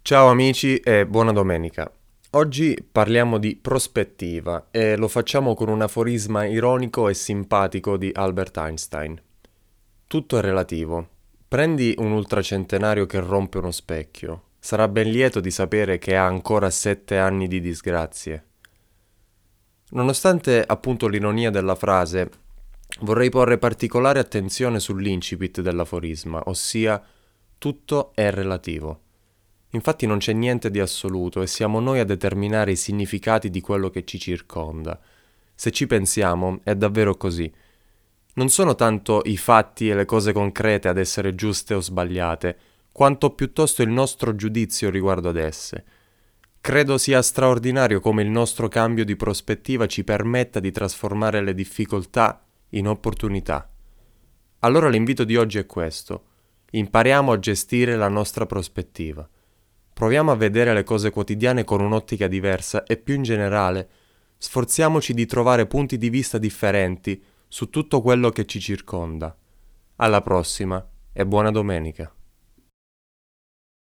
Ciao amici e buona domenica. Oggi parliamo di prospettiva e lo facciamo con un aforisma ironico e simpatico di Albert Einstein. Tutto è relativo. Prendi un ultracentenario che rompe uno specchio. Sarà ben lieto di sapere che ha ancora 7 anni di disgrazie. Nonostante appunto l'ironia della frase, vorrei porre particolare attenzione sull'incipit dell'aforisma, ossia tutto è relativo. Infatti non c'è niente di assoluto e siamo noi a determinare i significati di quello che ci circonda. Se ci pensiamo, è davvero così. Non sono tanto i fatti e le cose concrete ad essere giuste o sbagliate, quanto piuttosto il nostro giudizio riguardo ad esse. Credo sia straordinario come il nostro cambio di prospettiva ci permetta di trasformare le difficoltà in opportunità. Allora l'invito di oggi è questo. Impariamo a gestire la nostra prospettiva. Proviamo a vedere le cose quotidiane con un'ottica diversa e più in generale, sforziamoci di trovare punti di vista differenti su tutto quello che ci circonda. Alla prossima e buona domenica.